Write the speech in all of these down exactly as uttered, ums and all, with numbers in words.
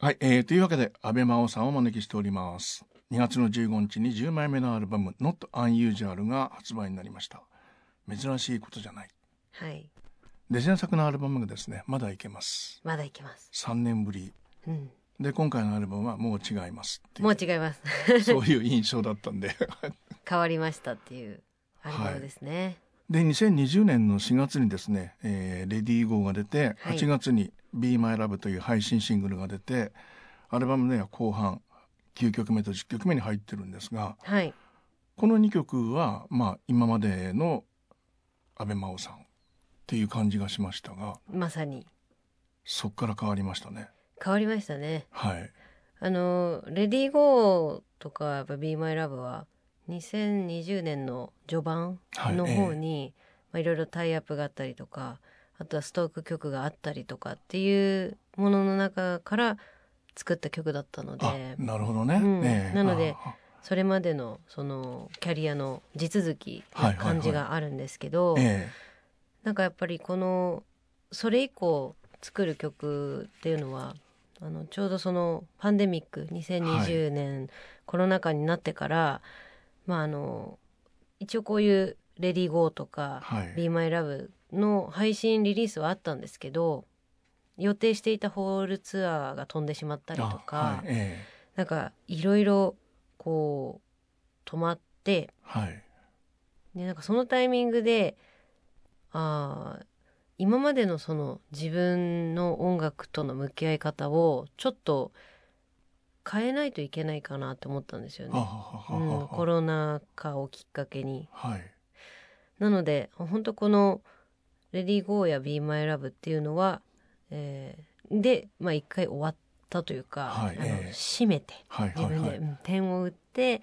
はい、えー、というわけで安倍真央さんをお招きしております。にがつのじゅうごにちにじゅうまいめのアルバム Not Unusual が発売になりました。珍しいことじゃない。 はい。 で前作のアルバムがですね、まだいけます。 まだいけます。 さんねんぶり、うん、で今回のアルバムはもう違いますっていう、 もう違いますそういう印象だったんで変わりましたっていうアルバムですね、はい、 でにせんにじゅうねんのしがつにですね、えー、レディーゴーが出て、はちがつに Be My Love という配信シングルが出て、アルバムでは後半きゅうきょくめとじゅっきょくめに入ってるんですが、 はい、 このにきょくは、まあ、今までの安倍真央さんっていう感じがしましたが、 まさにそっから変わりましたね。 変わりましたね。 はい。 あのレディーゴーとかやっぱ Be My Love はにせんにじゅうねんの序盤の方に、はい、えーまあ、いろいろタイアップがあったりとか、あとはストーク曲があったりとかっていうものの中から作った曲だったので。あ、 なるほどね、 うん、 えー、 なのでそれまでのそのキャリアの地続きな感じがあるんですけど、はいはいはい、えー、なんかやっぱりこのそれ以降作る曲っていうのはあのちょうどそのパンデミックにせんにじゅうねん、はい、コロナ禍になってから、まあ、あの一応こういう「レディーゴー」とか「はい、Be My Love」の配信リリースはあったんですけど、予定していたホールツアーが飛んでしまったりとか、はい、えー、なんかいろいろこう止まって、はい、でなんかそのタイミングであ今までのその自分の音楽との向き合い方をちょっと変えないといけないかなと思ったんですよね。うん、コロナ禍をきっかけに、はい、なので本当この「レディーゴー」や「Be My Love」っていうのは、えー、でまあ一回終わったというか、はい、あの、えー、締めて、はいはいはい、自分で、うん、点を打って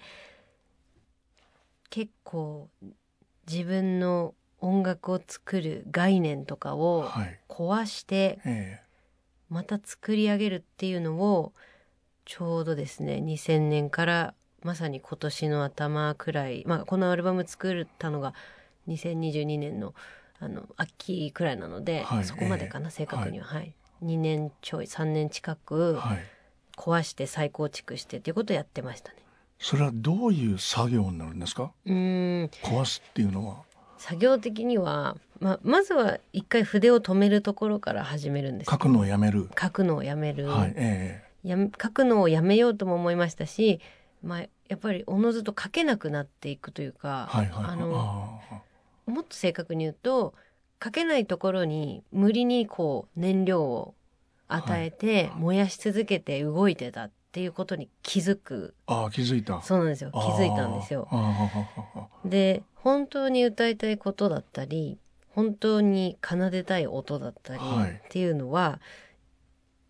結構自分の音楽を作る概念とかを壊してまた作り上げるっていうのをちょうどですねにせんねんからまさに今年の頭くらい、まあ、このアルバム作ったのがにせんにじゅうにねん の, あの秋くらいなので、はい、そこまでかな、えー、正確には、はい、にねんちょいさんねん近く壊して再構築してっていうことをやってましたね。 それはどういう作業になるんですか？うーん壊すっていうのは作業的には、まあ、まずは一回筆を止めるところから始めるんです。 書くのをやめる書くのをやめる、 はい、えー、 や書くのをやめようとも思いましたし、まあ、やっぱりおのずと書けなくなっていくというか、はいはい、あのあもっと正確に言うと書けないところに無理にこう燃料を与えて燃やし続けて動いてたっていうことに気づく。 ああ気づいた。 そうなんですよ、気づいたんですよ。で本当に歌いたいことだったり本当に奏でたい音だったりっていうのは、はい、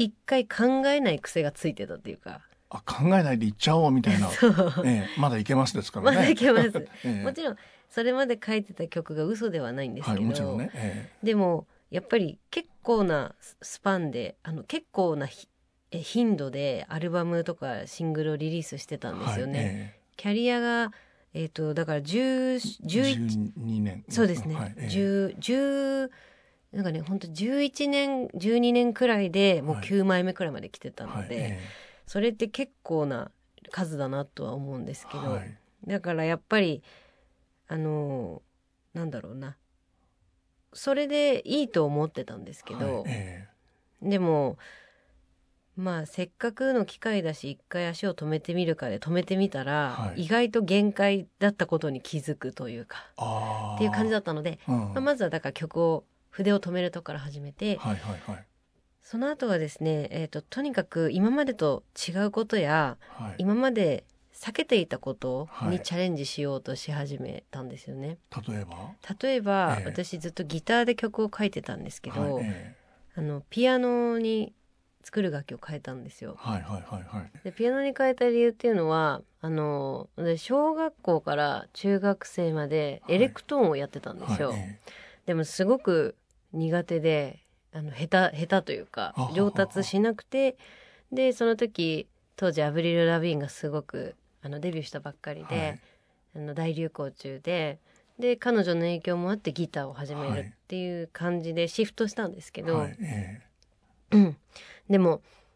一回考えない癖がついてたっていうか、 あ考えないでいっちゃおうみたいな、ええ、まだいけますですからね。 まだいけます、ええ、もちろんそれまで書いてた曲が嘘ではないんですけど、はい、もちろんね、ええ、でもやっぱり結構なスパンであの結構な頻度でアルバムとかシングルをリリースしてたんですよね、はい、ええ、キャリアがえーと、だからじゅう、じゅういち、じゅうにねんそうですね、はい、えー、じゅう、じゅうなんかね本当じゅういちねんじゅうにねんくらいでもうきゅうまいめくらいまで来てたので、はいはい、えー、それって結構な数だなとは思うんですけど、はい、だからやっぱりあのなんだろうなそれでいいと思ってたんですけど、はい、えー、でもまあせっかくの機会だし一回足を止めてみるかで止めてみたら、はい、意外と限界だったことに気づくというかっていう感じだったので、うんまあ、まずはだから曲を筆を止めるとこから始めて、はいはいはい、その後はですね、えーと、とにかく今までと違うことや、はい、今まで避けていたことにチャレンジしようとし始めたんですよね、 はい、例えば例えば、えー、私ずっとギターで曲を書いてたんですけど、はいえー、あのピアノに作る楽器を変えたんですよ。はいはいはいはい。でピアノに変えた理由っていうのはあの小学校から中学生までエレクトーンをやってたんですよ、はいはいえー、でもすごく苦手であの下手下手というか上達しなくて、でその時当時アブリル・ラビーンがすごくあのデビューしたばっかりで、はい、あの大流行中でで彼女の影響もあってギターを始めるっていう感じでシフトしたんですけど、はいえーうん、でも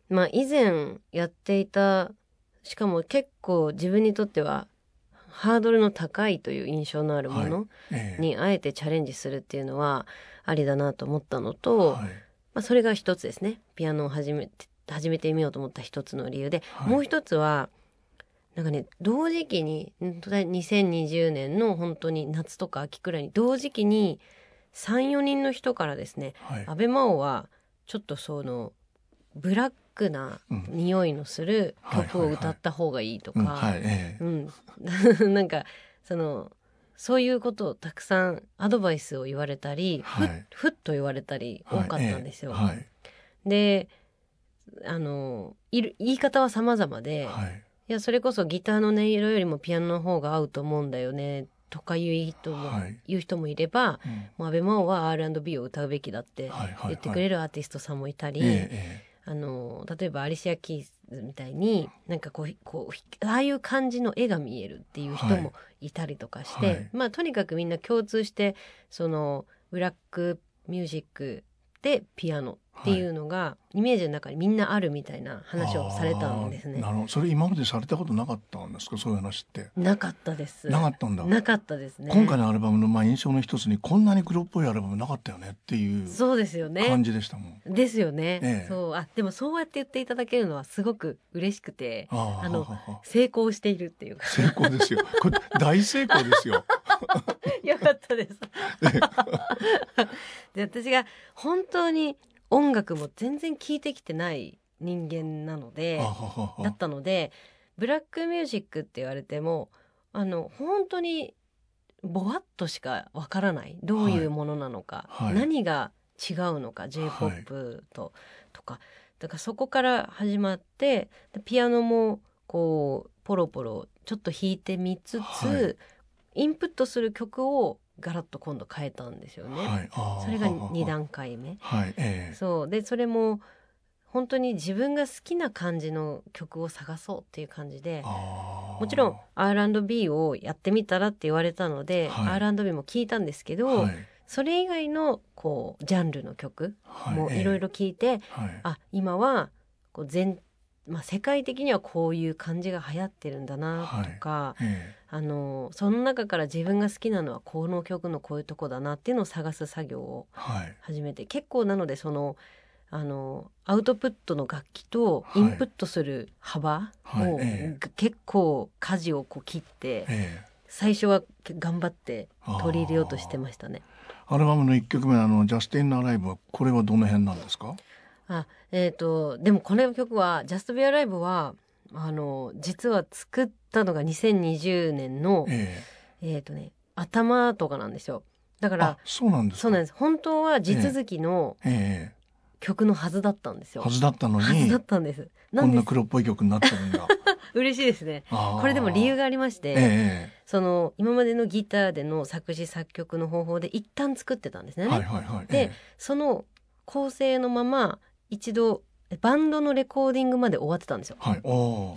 まあ以前やっていた、しかも結構自分にとってはハードルの高いという印象のあるものにあえてチャレンジするっていうのはありだなと思ったのと、はい、まあ、それが一つですね。ピアノを始めて始めてみようと思った一つの理由で、はい、もう一つはなんかね、同時期ににせんにじゅうねんの本当に夏とか秋くらいに同時期にさん、よにんの人からですね、はい、安倍真央はちょっとそのブラックな匂いのする曲を歌った方がいいとか、なんかそのそういうことをたくさんアドバイスを言われたり、はい、ふ, ふっと言われたり多かったんですよ。はい、で、あの言い方は様々で、はい、いやそれこそギターの音色よりもピアノの方が合うと思うんだよねとかいう人も、はい、言う人もいれば、うん、もう安倍真央は アールアンドビー を歌うべきだって言ってくれるアーティストさんもいたり、はいはいはい、あの例えばアリシア・キースみたいになんかこう、こうああいう感じの絵が見えるっていう人もいたりとかして、はい、まあとにかくみんな共通してそのブラックミュージックでピアノっていうのがイメージの中にみんなあるみたいな話をされたんですね。 なるほど。それ今までされたことなかったんですか、そういう話って。 なかったです。 なかったんだ。 なかったですね。 今回のアルバムのまあ印象の一つにこんなに黒っぽいアルバムなかったよねっていうそうですよね。 感じでしたもん。 ですよね。 ええ、 そうあでもそうやって言っていただけるのはすごく嬉しくて、ああの成功しているっていうか。 成功ですよ。これ大成功ですよ。 よかったです。で私が本当に音楽も全然聴いてきてない人間なのでだったのでブラックミュージックって言われてもあの本当にぼわっとしかわからないどういうものなのか、はいはい、何が違うのか J-ポップ と、はい、とかだからそこから始まってピアノもこうポロポロちょっと弾いてみつつ、はい、インプットする曲をガラッと今度変えたんですよね、はい、それがにだんかいめ、はいえー、そうでそれも本当に自分が好きな感じの曲を探そうっていう感じでもちろん アールアンドビー をやってみたらって言われたので、はい、アールアンドビー も聴いたんですけど、はい、それ以外のこうジャンルの曲もいろいろ聴いて、はいえーはい、あ今はこう全まあ、世界的にはこういう感じが流行ってるんだなとか、はいええ、あのその中から自分が好きなのはこの曲のこういうとこだなっていうのを探す作業を始めて、はい、結構なのでそのあのアウトプットの楽器とインプットする幅を、はいはいええ、結構舵をこう切って、ええ、最初は頑張って取り入れようとしてましたね。 アルバムのいっきょくめあのジャスティン・アライブはこれはどの辺なんですか？ あえーと、でもこの曲は「ジャスト・ビア・ライブ」はあの実は作ったのがにせんにじゅうねんの、えーえーとね、頭とかなんですよ。だからそうなんですか。 そうなんです。本当は地続きの曲のはずだったんですよ。 はずだったのにはずだったんです。 こんな黒っぽい曲になってるんだ。 嬉しいですね。これでも理由がありまして、えー、その今までのギターでの作詞作曲の方法で一旦作ってたんですね。はいはいはい、で、えー、その構成のまま一度バンドのレコーディングまで終わってたんですよ、はい、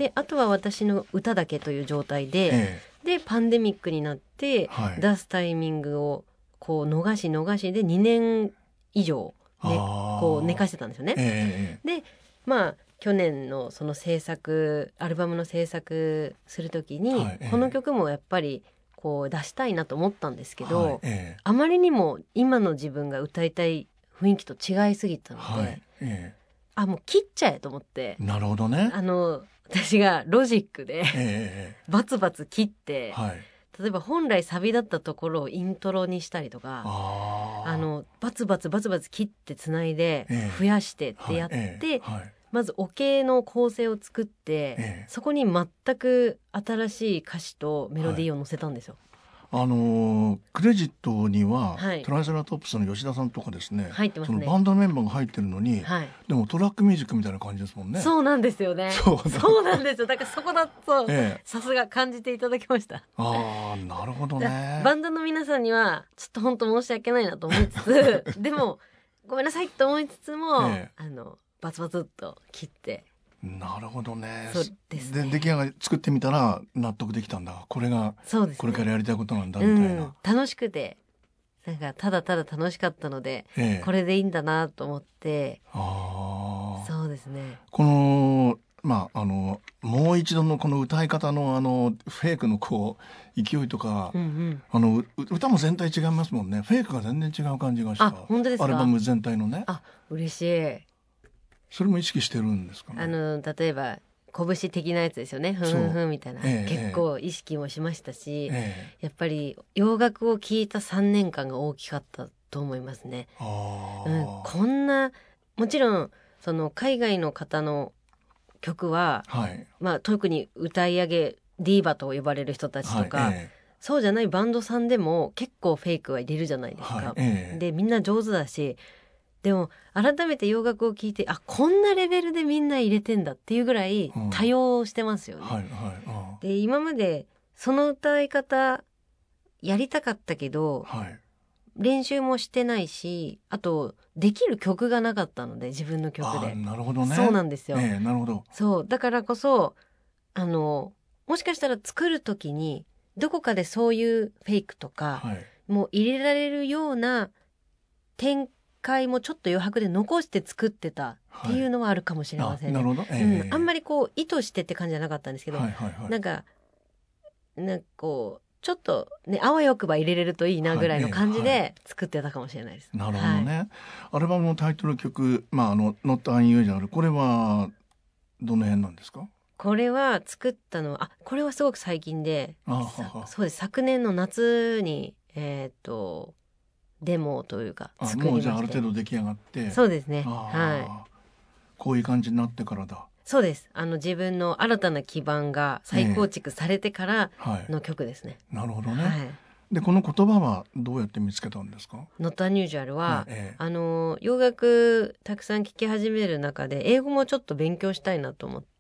であとは私の歌だけという状態で、ええ、でパンデミックになって、はい、出すタイミングをこう逃し逃しでにねん以上、ね、こう寝かしてたんですよね、ええ、でまあ去年のその制作アルバムの制作するときに、はい、この曲もやっぱりこう出したいなと思ったんですけど、はいええ、あまりにも今の自分が歌いたい雰囲気と違いすぎたので、はいええ、あもう切っちゃえと思って。 なるほどね。 あの私がロジックで、ええ、バツバツ切って、はい、例えば本来サビだったところをイントロにしたりとか あ, あのバツバツバツバツ切ってつないで増やしてってやって、ええはい、まずオケの構成を作って、ええ、そこに全く新しい歌詞とメロディーを載せたんですよ、はいあのー、クレジットには、はい、トライセラトップスの吉田さんとかですね、 入ってますね、 そのバンドのメンバーが入ってるのに、はい、でもトラックミュージックみたいな感じですもんね。 そうなんですよね。そうそうなんですよ。だからそこだと、ええ、さすが感じていただきました。 ああなるほどね。 バンドの皆さんにはちょっと本当申し訳ないなと思いつつでもごめんなさいと思いつつも、ええ、あのバツバツっと切ってなるほどね。 そうですね。 で出来上がり作ってみたら納得できたんだ。これがそうです、ね、これからやりたいことなんだみたいな、うん、 楽しくてなんかただただ楽しかったので、ええ、これでいいんだなと思って。あそうでですね。 このまああのもう一度のこの歌い方のあのフェイクのこう勢いとか、うんうん、あの歌も全体違いますもんね。フェイクが全然違う感じがした。 あ、本当ですか。 アルバム全体のね。 あ、嬉しい。 それも意識してるんですかね。 あの例えば拳的なやつですよね。ふんふんみたいな、ええ、結構意識もしましたし、ええ、やっぱり洋楽を聴いたさんねんかんが大きかったと思いますね。あ、うん、こんなもちろんその海外の方の曲は、はい、まあ、特に歌い上げディーバと呼ばれる人たちとか、はい、ええ、そうじゃないバンドさんでも結構フェイクは入れるじゃないですか、はい、ええ、でみんな上手だし、でも改めて洋楽を聴いて、あ、こんなレベルでみんな入れてんだっていうぐらい多用してますよね、うん、はいはい、で今までその歌い方やりたかったけど、はい、練習もしてないし、あとできる曲がなかったので、自分の曲で。 なるほどね。 そうなんですよ、 えー、なるほど。 そうだからこそあのもしかしたら作る時にどこかでそういうフェイクとか、はい、もう入れられるような展開もちょっと余白で残して作ってたっていうのはあるかもしれませんね、はい、なるほど、えーうん、あんまりこう意図してって感じじゃなかったんですけど、はいはいはい、なんかなんかこうちょっとね、あわよくば入れれるといいなぐらいの感じで作ってたかもしれないです、 はい、なるほどね、はい、アルバムのタイトル曲、まあ、あの Not Unusual、 これはどの辺なんですか？ これは作ったのは、あ、これはすごく最近で、あはは、そうです、昨年の夏にえー、っとデモというか作りまして、 あ、もうじゃあある程度出来上がって、 そうですね、はい、 こういう感じになってからだ。 そうです。あの自分の新たな基盤が再構築されてからの曲ですね、 えーはい、なるほどね、はい、でこの言葉はどうやって見つけたんですか ？Not Unusual は、はい、えー、あの洋楽たくさん聴き始める中で英語もちょっと勉強したいなと思って、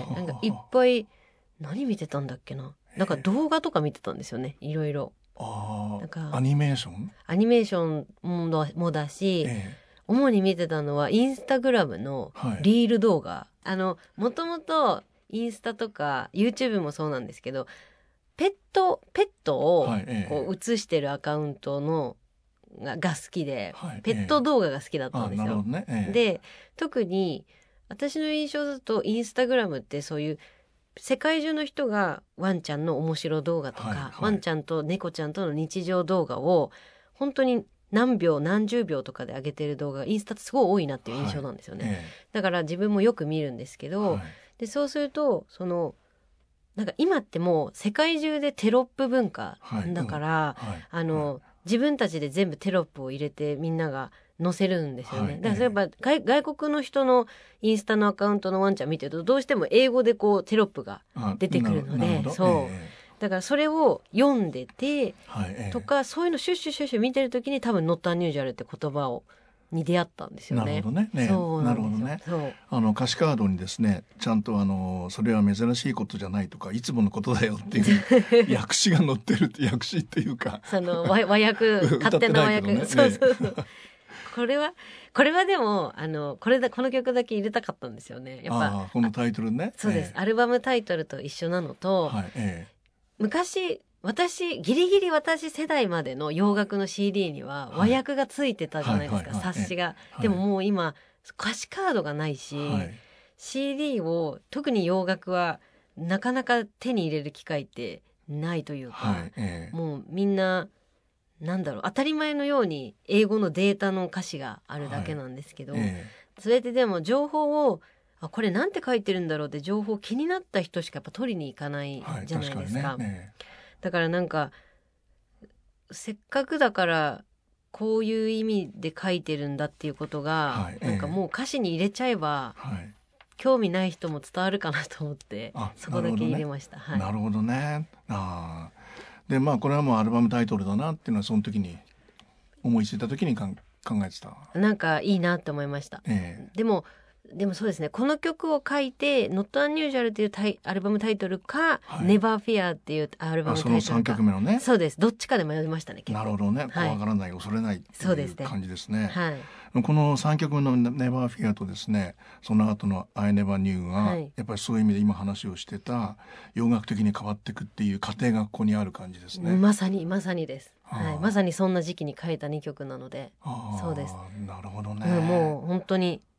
なんかいっぱい何見てたんだっけな、なんか動画とか見てたんですよね、いろいろ。 あ、なんかアニメーションアニメーションももだし、えー主に見てたのはインスタグラムのリール動画、はい、あのもともとインスタとか YouTube もそうなんですけど、ペットペットをこう映してるアカウントのがが好きで、はい、ペット動画が好きだったんですよ、ねええ、で特に私の印象だとインスタグラムってそういう世界中の人がワンちゃんの面白動画とか、はいはい、ワンちゃんと猫ちゃんとの日常動画を本当に何秒何十秒とかで上げてる動画がインスタってすごい多いなっていう印象なんですよね、はいええ、だから自分もよく見るんですけど、はい、でそうするとそのなんか今ってもう世界中でテロップ文化だから、はいうんはい、あの、はい、自分たちで全部テロップを入れてみんなが載せるんですよね、はい、だからやっぱ、ええ、外, 外国の人のインスタのアカウントのワンちゃん見てるとどうしても英語でこうテロップが出てくるので、そう、ええだからそれを読んでて、はい、とか、ええ、そういうのシュッシュシュッシュ見てるときに多分Not Unusualって言葉をに出会ったんですよね。 なるほどね。ねそうなんですよ。なるほどね。そうあの歌詞カードにですね、ちゃんとあのそれは珍しいことじゃないとかいつものことだよっていう訳詞が載ってるって訳詞っていうか、 その和和訳勝手な和訳、ね、そうそうそう。これはこれはでもあのこれだこの曲だけ入れたかったんですよね。やっぱあこのタイトルね。 そうです、ええ。アルバムタイトルと一緒なのと、はいええ、昔私ギリギリ私世代までの洋楽の シーディー には和訳がついてたじゃないですか、冊子が、はい、でももう今歌詞カードがないし、はい、シーディー を特に洋楽はなかなか手に入れる機会ってないというか、はいええ、もうみんななんだろう当たり前のように英語のデータの歌詞があるだけなんですけど、はいええ、それででも情報をあこれなんて書いてるんだろうって情報気になった人しかやっぱ取りに行かないじゃないですか、はいねええ、だからなんかせっかくだからこういう意味で書いてるんだっていうことが、はい、なんかもう歌詞に入れちゃえば、はい、興味ない人も伝わるかなと思ってそこだけ入れました。 なるほどね。あでまあこれはもうアルバムタイトルだなっていうのはその時に思いついた時にかん考えてた。 なんかいいなって思いました、えー、でもでもそうですね、この曲を書いて Not Unusual っていうタイアルバムタイトルか、はい、Never Fear っていうアルバムタイトルか、 そのさんきょくめのね。 そうです、どっちかで迷いましたね結構。 なるほどね、 はい、 怖がらない恐れないっていう感じですね。 はい、 このさんきょくめの Never Fear とですねその後の I Never Knew が、はい、やっぱりそういう意味で今話をしてた洋楽的に変わっていくっていう過程がここにある感じですね。 まさにまさにです、はい、まさにそんな時期に書いたにきょくなので。そうです。 なるほどね、 うん、もう本当に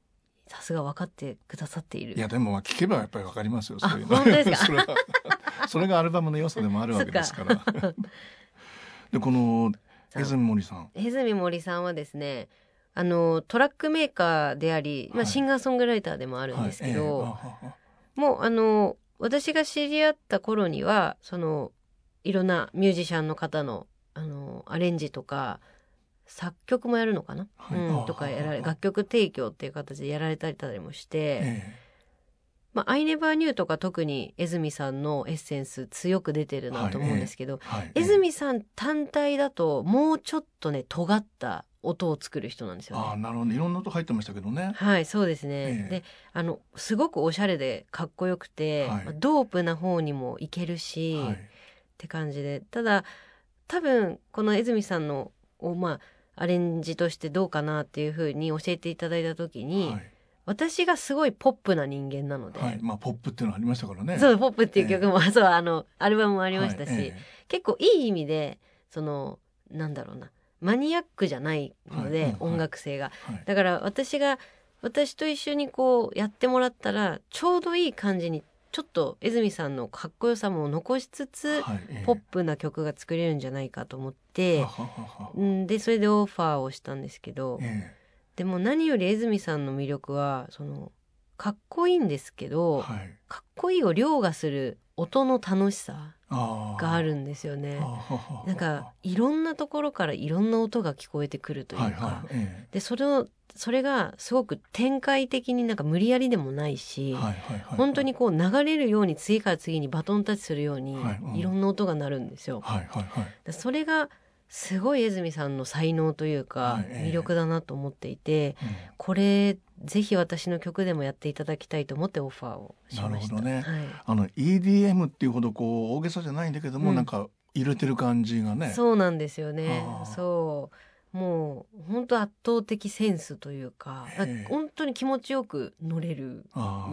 さすが分かってくださっている。 いやでも聞けばやっぱり分かりますよ。 あ、 そういうの本当ですか。 それはそれがアルバムの良さでもあるわけですからでこの江住森さん江住森さんはですね、あのトラックメーカーであり、まあ、シンガーソングライターでもあるんですけど、はいはいえー、もうあの私が知り合った頃にはそのいろんなミュージシャンの方の、あのアレンジとか作曲もやるのかな、はいうん、とかやられ楽曲提供っていう形でやられたりもして、えーまあ、I Never Knew とか特に江住さんのエッセンス強く出てるなと思うんですけど、はいえーはい、江住さん単体だともうちょっとね尖った音を作る人なんですよね。 あ、なるほど、いろんな音入ってましたけどね。 はいそうですね、えー、であのすごくおしゃれでかっこよくて、はいまあ、ドープな方にもいけるし、はい、って感じで、ただ多分この江住さんのをまあアレンジとしてどうかなっていうふうに教えていただいた時に、はい、私がすごいポップな人間なので、 はいまあ、ポップっていうのありましたからね。 そうポップっていう曲も、えー、そうあのアルバムもありましたし、はいえー、結構いい意味でそのなんだろうなマニアックじゃないので、はいうん、音楽性が、はい、だから私が私と一緒にこうやってもらったらちょうどいい感じにちょっと江住さんのかっこよさも残しつつ、はいえー、ポップな曲が作れるんじゃないかと思って、うん、でそれでオファーをしたんですけど、えー、でも何より江住さんの魅力はそのかっこいいんですけど、はい、かっこいいを凌駕する音の楽しさがあるんですよね。なんかいろんなところからいろんな音が聞こえてくるというか、はいはいえー、でそれをそれがすごく展開的になんか無理やりでもないし、はいはいはいはい、本当にこう流れるように次から次にバトンタッチするようにいろんな音が鳴るんですよ、はいはいはい、それがすごい江住さんの才能というか魅力だなと思っていて、はいえー、これぜひ私の曲でもやっていただきたいと思ってオファーをしました。 なるほどね、 はい、 あの イーディーエム っていうほどこう大げさじゃないんだけども、うん、なんか入れてる感じがね。 そうなんですよね。そうもう本当圧倒的センスというか、本当に気持ちよく乗れる。 あ、うん、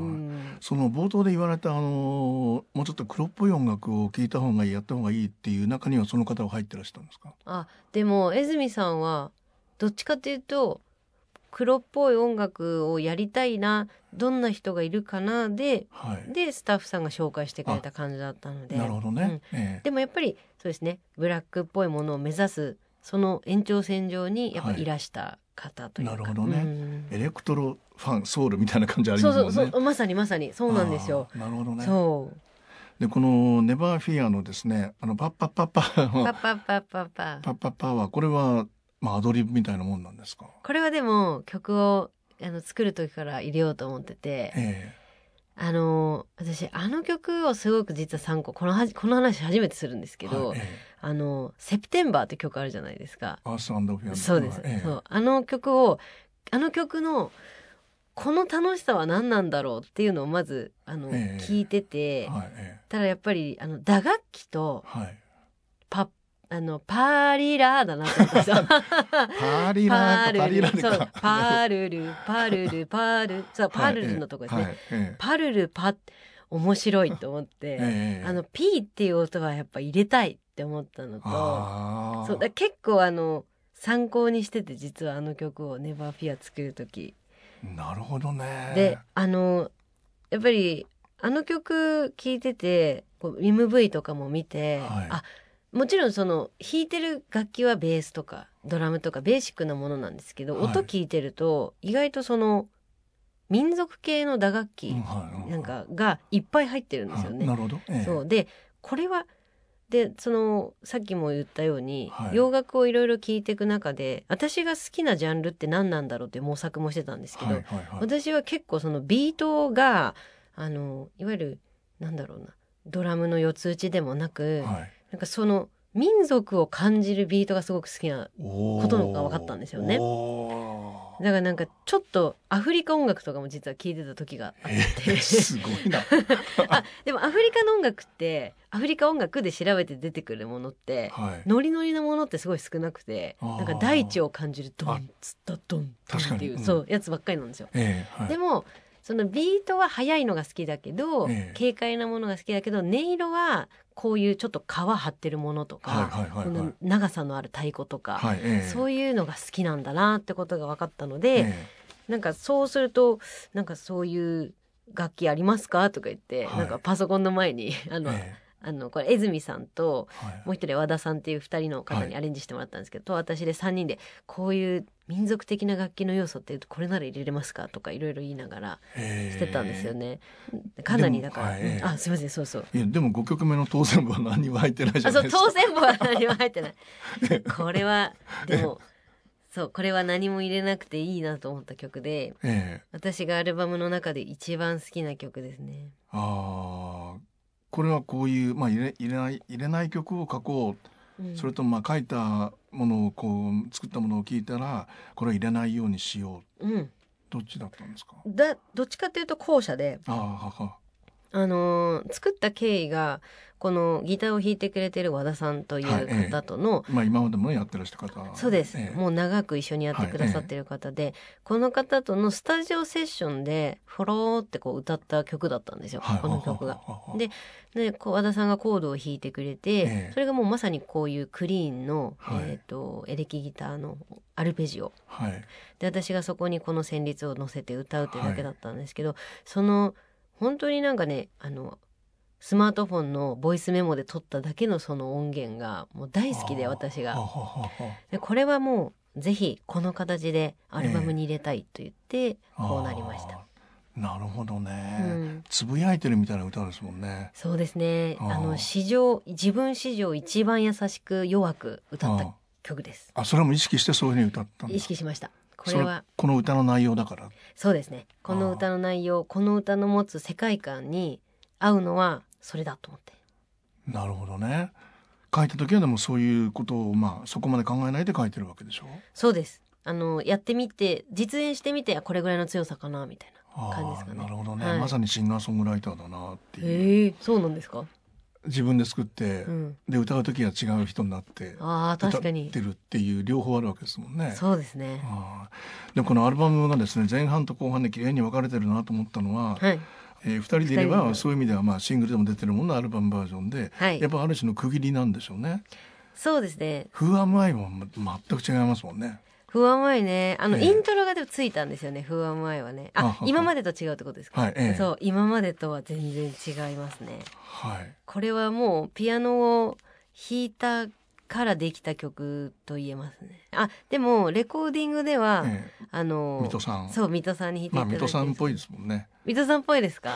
その冒頭で言われたあのもうちょっと黒っぽい音楽を聴いた方がいいやった方がいいっていう中にはその方は入ってらしたんですか？ あでも江住さんはどっちかというと黒っぽい音楽をやりたいなどんな人がいるかなで、はい、でスタッフさんが紹介してくれた感じだったので。 なるほどね、うんえー、 でもやっぱりそうですねブラックっぽいものを目指すその延長線上にやっぱいらした方というか、 はい、なるほどね、うん、エレクトロファンソウルみたいな感じありますもんね。 そうそうそうまさにまさにそうなんですよ。 なるほどね。 そうでこのネバーフィアのですねあのパッパッパッパッパッパッパッパッパパッパッパはこれは、まあ、アドリブみたいなもんなんですか？ これはでも曲をあの作る時から入れようと思ってて、えー、あの私あの曲をすごく実は参考このはこの話初めてするんですけど、はいえー、あのセプテンバーって曲あるじゃないですか。 アース&フィアそうです、えー、そうあの曲をあの曲のこの楽しさは何なんだろうっていうのをまずあの、えー、聞いてて、はいえー、ただやっぱりあの打楽器とパッあのパーリラーだなと思ったんですよ。 パーリラーかパリラーそうパルルパルルパルそうパルルのとこですね、はいええ、パルルパ面白いと思って、ええ、あの P っていう音はやっぱ入れたいって思ったのとそうだ結構あの参考にしてて実はあの曲をネバーフィア作る時。 なるほどね。 であのやっぱりあの曲聴いててこう エムブイ とかも見て、はい、あもちろんその弾いてる楽器はベースとかドラムとかベーシックなものなんですけど、はい、音聞いてると意外とその民族系の打楽器なんかがいっぱい入ってるんですよね。 なるほど、ええ、 そうでこれはでそのさっきも言ったように、はい、洋楽をいろいろ聴いていく中で私が好きなジャンルって何なんだろうって模索もしてたんですけど、はいはいはい、私は結構そのビートがあのいわゆるなんだろうなドラムの四つ打ちでもなく、はい、なんかその民族を感じるビートがすごく好きなことが分かったんですよね。だからなんかちょっとアフリカ音楽とかも実は聴いてた時があって、 えー、すごいなあでもアフリカの音楽ってアフリカ音楽で調べて出てくるものって、はい、ノリノリなものってすごい少なくてなんか大地を感じるドンツッタドンっていう、うん、そうやつばっかりなんですよ、えーはい、でもそのビートは速いのが好きだけど、えー、軽快なものが好きだけど音色はこういうちょっと皮張ってるものとか、はいはいはいはい、長さのある太鼓とか、はいえー、そういうのが好きなんだなってことが分かったので、えなんかそうするとなんかそういう楽器ありますかとか言って、はい、なんかパソコンの前にあの、ええ、あのこれ江住さんと、はい、もう一人和田さんっていうふたりの方にアレンジしてもらったんですけど、と、はい、私でさんにんでこういう民族的な楽器の要素ってこれなら入れれますかとかいろいろ言いながらしてたんですよね。かなりだから、はい、うん、あすいませんそうそういやでもごきょくめの当選部は何も入ってないじゃないですか。 あそう当選部は何も入ってないこれはでもそうこれは何も入れなくていいなと思った曲で、ええ、私がアルバムの中で一番好きな曲ですね。 ああこれはこういう、まあ、入れ、入れない、入れない曲を書こう、うん、それとまあ書いたものをこう作ったものを聞いたらこれは入れないようにしよう、うん、どっちだったんですか？ だどっちかというと後者で、 あははあのー、作った経緯がこのギターを弾いてくれてる和田さんという方との、 はいええまあ、今までもやってらっしゃる方そうです、ええ、もう長く一緒にやってくださってる方で、はいええ、この方とのスタジオセッションでフォローってこう歌った曲だったんですよ、はい、この曲が。で、でこう和田さんがコードを弾いてくれて、ええ、それがもうまさにこういうクリーンの、はい、えーと、エレキギターのアルペジオ、はい、で私がそこにこの旋律を乗せて歌うっていうだけだったんですけど、はい、その本当になんかねあのスマートフォンのボイスメモで撮っただけのその音源がもう大好きで、私がでこれはもうぜひこの形でアルバムに入れたいと言ってこうなりました、 えー、なるほどね、うん、つぶやいてるみたいな歌ですもんね。 そうですね、あの史上自分史上一番優しく弱く歌った曲です。 あそれも意識してそういうふうに歌ったんだ。 意識しました。これはこの歌の内容だから。 そうですね、この歌の内容この歌の持つ世界観に合うのはそれだと思って。 なるほどね。書いた時はでもそういうことをまあそこまで考えないで書いてるわけでしょ。 そうです。あのやってみて実演してみてこれぐらいの強さかなみたいな感じですかね。 なるほどね、はい、まさにシンガーソングライターだなっていう。 へえ、そうなんですか。 自分で作って、うん、で歌う時は違う人になってあ確かに歌ってるっていう両方あるわけですもんね。 そうですね。 あでもこのアルバムがですね前半と後半で綺麗に分かれてるなと思ったのは、はいえー、ふたりでいればそういう意味ではまあシングルでも出てるもののアルバムバージョンで、はい、やっぱある種の区切りなんでしょうね。 そうですね。 Who Am Iも全く違いますもんね。 Who Am Iね、あの、えー、イントロがでもついたんですよね。Who Am Iはね、あ今までと違うってことですか、はいえー、そう今までとは全然違いますね、はい、これはもうピアノを弾いたからできた曲と言えますね。あでもレコーディングでは、えー、あの水戸さんそう水戸さんに弾いていただいて、 まあ、水戸さんっぽいですもんね。 水戸さんっぽいですか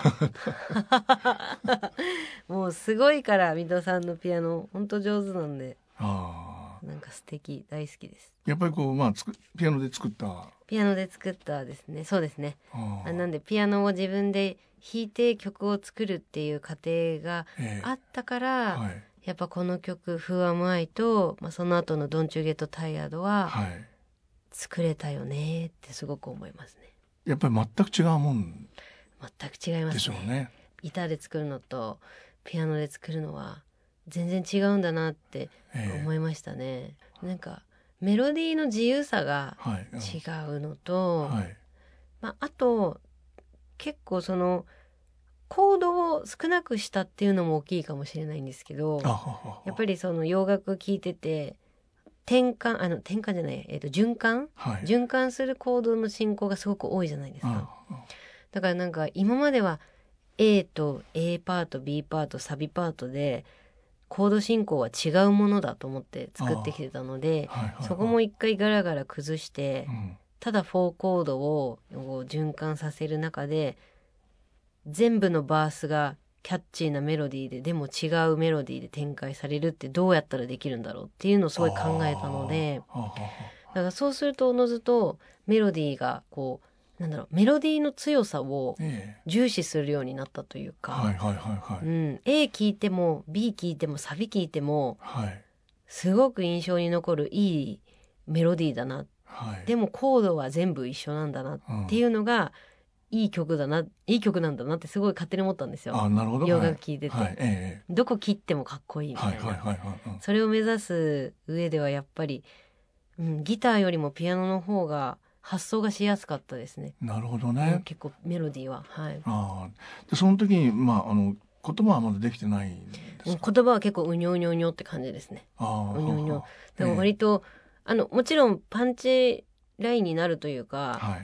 もうすごいから水戸さんのピアノ本当上手なんで、あなんか素敵大好きです。 やっぱりこう、まあ、つくピアノで作ったピアノで作ったですね。そうですね。あなんでピアノを自分で弾いて曲を作るっていう過程があったから、えーはい、やっぱこの曲「Who Am I」と、まあ、その後の「Don't You Get Tired」は作れたよねってすごく思いますね。 やっぱり全く違うもん全く違いますね。 でしょうね。 ギターで作るのとピアノで作るのは全然違うんだなって思いましたね、えー、なんかメロディーの自由さが違うのと、はいはいまあ、あと結構そのコードを少なくしたっていうのも大きいかもしれないんですけど、やっぱりその洋楽聴いてて転換あの転換じゃない、えーと循環、はい、循環するコードの進行がすごく多いじゃないですか。だからなんか今までは A と A パート B パートサビパートでコード進行は違うものだと思って作ってきてたので、はいはいはい、そこも一回ガラガラ崩して、うん、ただフォーコードを循環させる中で全部のバースがキャッチーなメロディーででも違うメロディーで展開されるってどうやったらできるんだろうっていうのをすごい考えたので、だからそうするとおのずとメロディーがこうなんだろうメロディーの強さを重視するようになったというか、ええはいはいはいはいうん、A 聴いても B 聴いてもサビ聴いても、はい、すごく印象に残るいいメロディーだな、はい、でもコードは全部一緒なんだなっていうのが、うん、いい曲だないい曲なんだなってすごい勝手に思ったんですよ。 あなるほど洋楽聴いてて、 はいはいええ、 どこ切ってもかっこいいみたいな、はいはいはいはいうん、それを目指す上ではやっぱり、うん、ギターよりもピアノの方が発想がしやすかったですね。 なるほどね、 うん、結構メロディーは、はい、 あでその時に、まあ、あの言葉はまだできてないんですか？ 言葉は結構うにょうにょうにょって感じですね。あうにょうにょでも割と、えー、あのもちろんパンチラインになるというか、はい、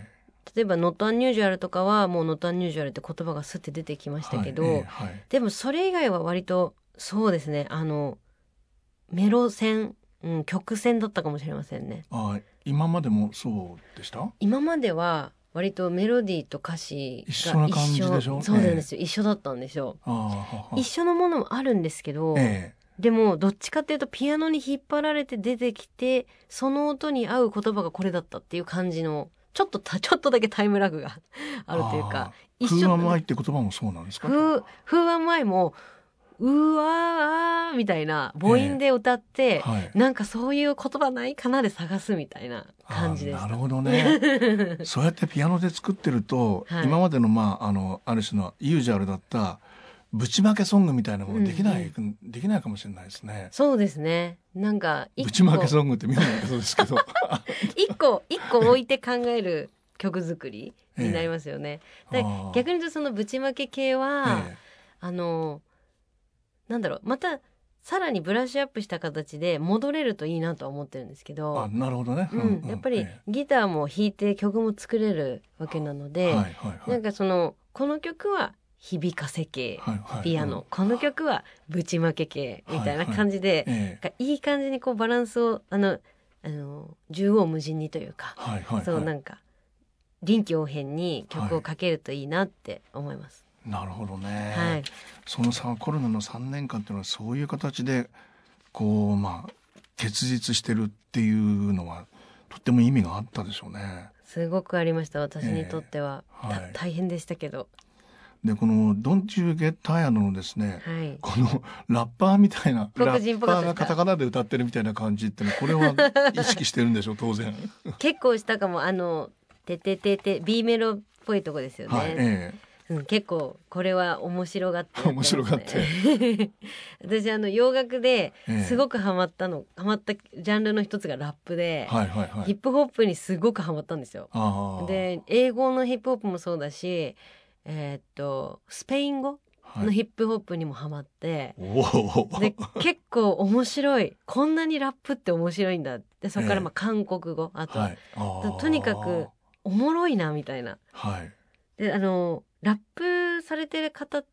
例えばノットアンニュージュアルとかはもうノットアンニュージュアルって言葉がスッて出てきましたけど、はいえーはい、でもそれ以外は割とそうですね、あのメロ線、うん、曲線だったかもしれませんね。 あ、今までもそうでした？ 今までは割とメロディーと歌詞が一緒な感じでしょ？ そうなんですよ、えー、一緒だったんですよ。 あはは一緒のものもあるんですけど、えー、でもどっちかっていうとピアノに引っ張られて出てきてその音に合う言葉がこれだったっていう感じのちょっとたちょっとだけタイムラグがあるというか、 一緒。風和舞って言葉もそうなんですか？ 風風和舞もうわーみたいな母音で歌って、えーはい、なんかそういう言葉ないかなで探すみたいな感じでした。 なるほどねそうやってピアノで作ってると、はい、今までのまああのある種のユージュアルだったぶちまけソングみたいなものできない、うんうん、できないかもしれないですね。 そうですね。なんかぶちまけソングってみんなそうですけど一個一個置いて考える曲作りになりますよね。ええ、で逆に言うとそのぶちまけ系は、ええ、あのなんだろう、またさらにブラッシュアップした形で戻れるといいなとは思ってるんですけど。 あ、なるほどね、 うんうん、やっぱりギターも弾いて曲も作れるわけなので、はいはいはい、なんかそのこの曲は響かせ系、はいはい、ピアノ、うん、この曲はぶちまけ系みたいな感じで、はいはいええ、いい感じにこうバランスをあのあの縦横無尽にというか、はいはいはい、そうなんか臨機応変に曲をかけるといいなって思います。 はい、なるほどね、はい、そのさコロナのさんねんかんっていうのはそういう形でこうまあ結実してるっていうのはとっても意味があったでしょうね。 すごくありました、私にとっては、えーはい、大変でしたけど。 でこの Don't You Get Tired のですね、はい、このラッパーみたいなラッパーがカタカナで歌ってるみたいな感じってのはこれは意識してるんでしょう当然結構したかも。あのてててて B メロっぽいとこですよね、はいえーうん、結構これは面白がってやってますね。面白がって私あの洋楽ですごくハマったの、えー、ハマったジャンルの一つがラップで、はいはいはい、ヒップホップにすごくハマったんですよ。で英語のヒップホップもそうだしえー、っとスペイン語のヒップホップにもハマって、はい、で結構面白い、こんなにラップって面白いんだって。そこからまあ韓国語、えー、あと、はい、あとにかくおもろいなみたいな、はい、であのラップされてる方って、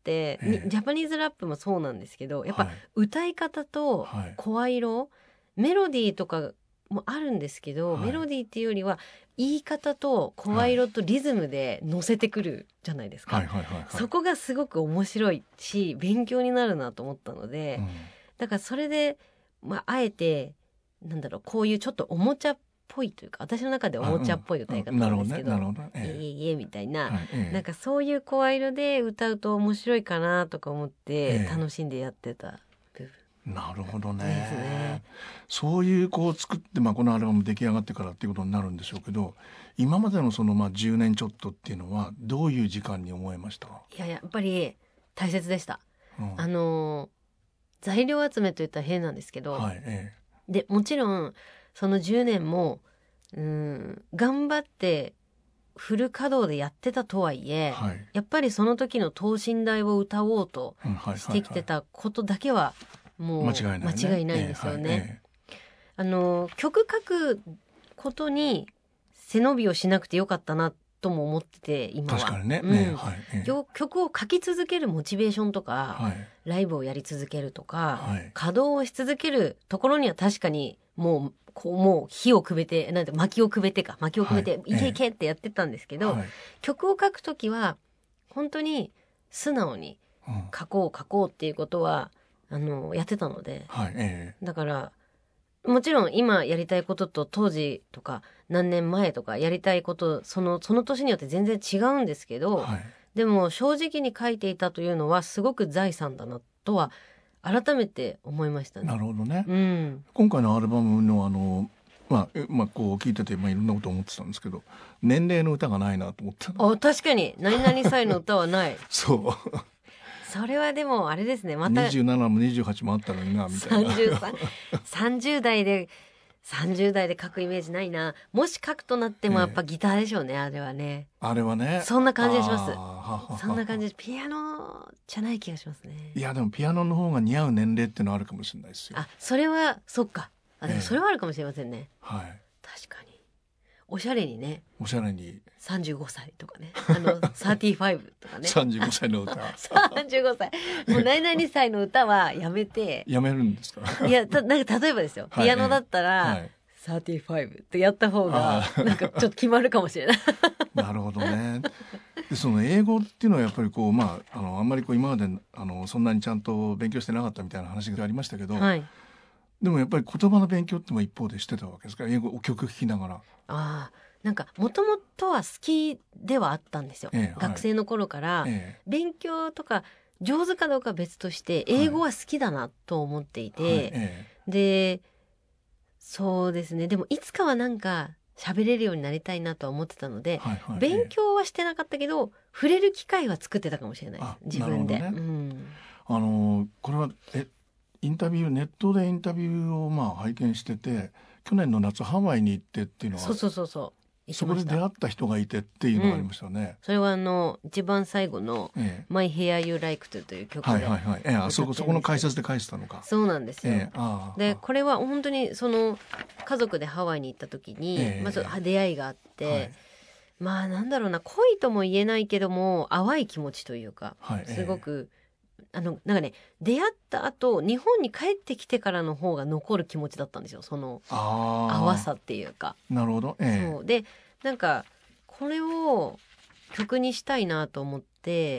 えー、ジャパニーズラップもそうなんですけどやっぱ歌い方と声色、はい、メロディーとかもあるんですけど、はい、メロディーっていうよりは言い方と声色とリズムで乗せてくるじゃないですか、はいはいはいはい、そこがすごく面白いし勉強になるなと思ったので、うん、だからそれで、まあ、あえてなんだろう、こういうちょっとおもちゃっぽいというか私の中でおもちゃっぽい歌い方なんですけど、いえいえみたいな、はいええ、なんかそういう声色で歌うと面白いかなとか思って楽しんでやってた、ええ、なるほど ね, ねそういうこう作って、まあ、このアルバム出来上がってからっていうことになるんでしょうけど今までのそのまあじゅうねんちょっとっていうのはどういう時間に思えました？ いややっぱり大切でした、うん、あの材料集めといったら変なんですけど、はいええ、でもちろんそのじゅうねんもうん頑張ってフル稼働でやってたとはいえ、はい、やっぱりその時の等身大を歌おうとしてきてたことだけはもう間違いないね、間違いないんですよね、えーはいえー、あの曲書くことに背伸びをしなくてよかったなとも思ってて今は確かにね、うんねはいえー、 曲を書き続けるモチベーションとか、はい、ライブをやり続けるとか、はい、稼働をし続けるところには確かにもうこうもう火をくべてなんて薪をくべてか薪をくべて、はい、いけいけってやってたんですけど、はい、曲を書くときは本当に素直に書こう書こうっていうことは、うん、あのやってたので、はいえー、だからもちろん今やりたいことと当時とか何年前とかやりたいことそのその年によって全然違うんですけど、はい、でも正直に書いていたというのはすごく財産だなとは改めて思いましたね。 なるほどね、うん、今回のアルバムのあのまあまあ、こう聞いてて、まあ、いろんなこと思ってたんですけど年齢の歌がないなと思ってた。 あ確かに何々歳の歌はないそうそれはでもあれですね、またにじゅうななもにじゅうはちもあったのになみたいなさんじゅう代でさんじゅう代で書くイメージないな。もし書くとなってもやっぱギターでしょうね、えー、あれはねあれはねそんな感じがします。ははそんな感じでピアノじゃない気がしますね。 いやでもピアノの方が似合う年齢っていうのはあるかもしれないですよ。 あそれはそっか、あでもそれはあるかもしれませんね、えー、はい確かにおしゃれにね、 おしゃれにさんじゅうごさいとかね、あのさんじゅうごとかねさんじゅうごさいの歌さんじゅうごさいもう何々歳の歌はやめてやめるんですか？ いやたなんか例えばですよ、 はいピアノだったら、はい、さんじゅうごってやった方がなんかちょっと決まるかもしれないなるほどね。でその英語っていうのはやっぱりこう、まあ、あのあんまりこう今まであのそんなにちゃんと勉強してなかったみたいな話がありましたけど、はい、でもやっぱり言葉の勉強っても一方でしてたわけですから、英語お曲聴きながら。ああ、なんかもともとは好きではあったんですよ、ええ、学生の頃から、ええ、勉強とか上手かどうかは別として英語は好きだなと思っていて、はいはい、ええ、でそうですね、でもいつかはなんか喋れるようになりたいなとは思ってたので、はいはい、勉強はしてなかったけど、ええ、触れる機会は作ってたかもしれないです、自分で、ね、うん、あのこれはえインタビューネットでインタビューをまあ拝見してて、去年の夏ハワイに行ってっていうのは、 そうそうそうそう、 そこで出会った人がいてっていうのがありましたよね、うん、 それはあの一番最後の「My Hair You Like To」という曲で、 はいはいはい、ええ、あそこそこの解説で返したのか。 そうなんですよ、 ええ、あでこれは本当にその家族でハワイに行った時に、ええ、まず出会いがあって、はい、まあなんだろうな、恋とも言えないけども淡い気持ちというか、はい、すごく、ええ、あのなんかね、出会った後日本に帰ってきてからの方が残る気持ちだったんですよ、その淡さっていうか。 なるほど、ええ、そうでなんかこれを曲にしたいなと思って、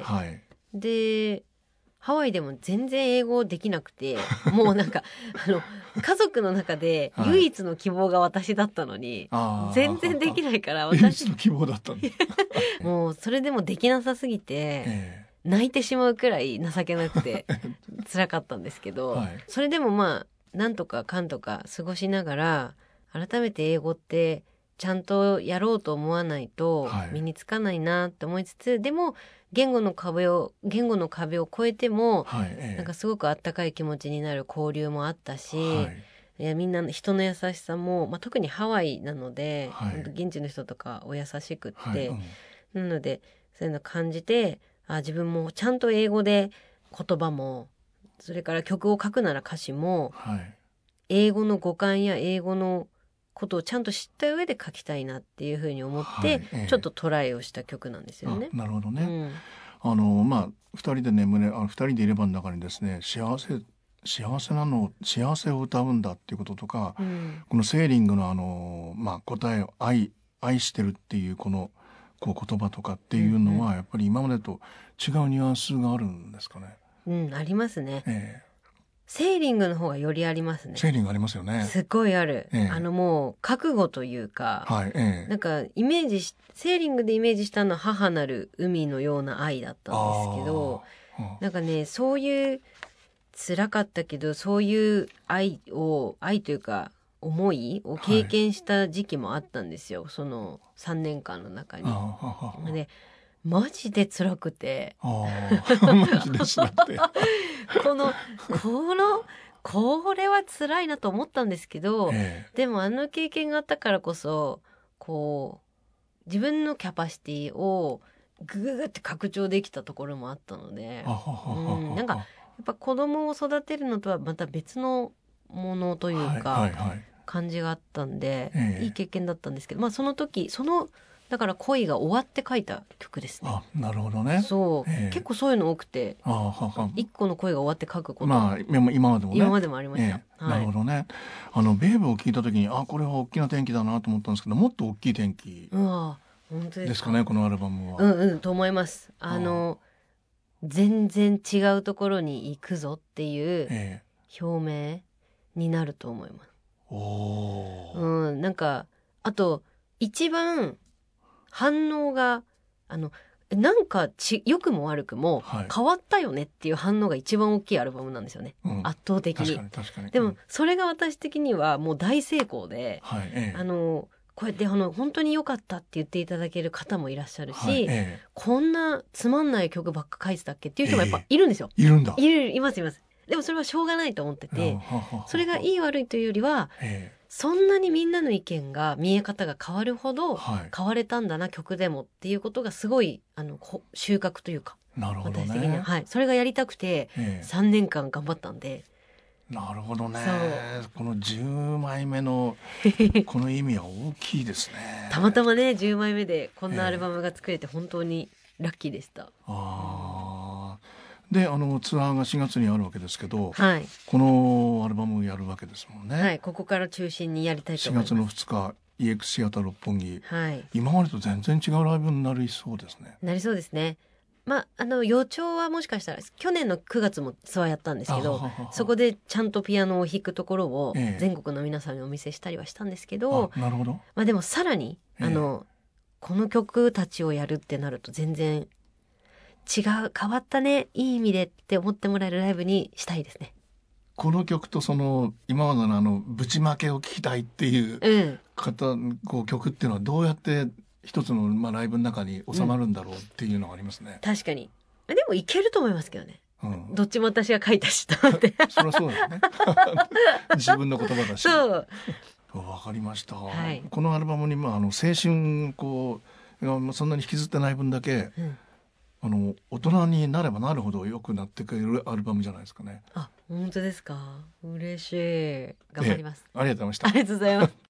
はい、でハワイでも全然英語できなくてもうなんかあの家族の中で唯一の希望が私だったのに、はい、全然できないから私唯一の希望だったんだもうそれでもできなさすぎて、えー、泣いてしまうくらい情けなくて辛かったんですけど、はい、それでもまあなんとかかんとか過ごしながら、改めて英語ってちゃんとやろうと思わないと身につかないなって思いつつ、はい、でも言語の壁を言語の壁を越えても、はい、なんかすごくあったかい気持ちになる交流もあったし、はい、いやみんな人の優しさも、まあ、特にハワイなので、はい、現地の人とかお優しくって、はい、うん、なのでそういうの感じて、あ自分もちゃんと英語で言葉もそれから曲を書くなら歌詞も、はい、英語の語感や英語のことをちゃんと知った上で書きたいなっていうふうに思って、はいええ、ちょっとトライをした曲なんですよね。 なるほどね、うん、あのまあふたりで眠れあふたりでいればの中にですね、幸せ幸せなの幸せを歌うんだっていうこととか、うん、このセーリングのあの、まあ、答えを愛愛してるっていうこのこう言葉とかっていうのは、うんうん、やっぱり今までと違うニュアンスがあるんですかね。 うん、ありますね、ええ、セーリングの方がよりありますね。 セーリングありますよね。 すごいある、ええ、あのもう覚悟というか、はいええ、なんかイメージしセーリングでイメージしたのは母なる海のような愛だったんですけど、なんかねそういう辛かったけどそういう愛を愛というか思いを経験した時期もあったんですよ、はい、そのさんねんかんの中に。でマジで辛くてあマジで辛くてこのこのこれは辛いなと思ったんですけど、ええ、でもあの経験があったからこそこう自分のキャパシティをグググって拡張できたところもあったので、うん、なんかやっぱ子供を育てるのとはまた別のものというか、はいはいはい、感じがあったんで、ええ、いい経験だったんですけど、まあその時そのだから恋が終わって書いた曲ですね。 あ、なるほどね。 そう、えー、結構そういうの多くて、あはは一個の恋が終わって書くこと、 まあ今までもね、 今までもありました。えーはい、なるほどね。あのベーブを聞いた時に、あこれは大きな天気だなと思ったんですけど、もっと大きい天気ですかね、このアルバムは。 うんうんと思います。あの全然違うところに行くぞっていう表明になると思います。えー、おうん、なんかあと一番反応があのなんかち良くも悪くも変わったよねっていう反応が一番大きいアルバムなんですよね、うん、圧倒的に。 確かに確かに。 でもそれが私的にはもう大成功で、はいええ、あのこうやってあの本当に良かったって言っていただける方もいらっしゃるし、はいええ、こんなつまんない曲ばっか書いてたっけっていう人もやっぱいるんですよ、 ええ、いるんだ。 いるいますいます。でもそれはしょうがないと思ってて、それがいい悪いというよりは、ええそんなにみんなの意見が見え方が変わるほど変われたんだな、はい、曲でもっていうことがすごいあの収穫というか。 なるほどね。 私的には、はい、それがやりたくてさんねんかん頑張ったんで、 なるほどね。このじゅうまいめのこの意味は大きいですね。 たまたまねじゅうまいめでこんなアルバムが作れて本当にラッキーでした。えー、 あであのツアーがしがつにあるわけですけど、 はい、 このアルバムをやるわけですもんね。 はい、ここから中心にやりたいと思います。 しがつのふつか イーエックス シアター六本木、 はい、 今までと全然違うライブになりそうですね。 なりそうですね。まあ、あの予兆はもしかしたら去年のくがつもツアーやったんですけど、そこでちゃんとピアノを弾くところを全国の皆さんにお見せしたりはしたんですけど、 ええ、なるほど。 まあ、でもさらにあの、ええ、この曲たちをやるってなると全然違う変わったねいい意味でって思ってもらえるライブにしたいですね。 この曲とその今までのあのぶちまけを聞きたいっていう方、うん、こう曲っていうのはどうやって一つの、まあ、ライブの中に収まるんだろうっていうのがありますね、 うん、確かに。でもいけると思いますけどね、うん、どっちも私が書いたしと思ってそりゃそうだよね自分の言葉だし。 そうわかりました、 はい、 このアルバムに、まあ、あの青春こうそんなに引きずってない分だけ、うん、あの大人になればなるほど良くなってくれるアルバムじゃないですかね。 あ、本当ですか。嬉しい。頑張ります。 ありがとうございました。 ありがとうございます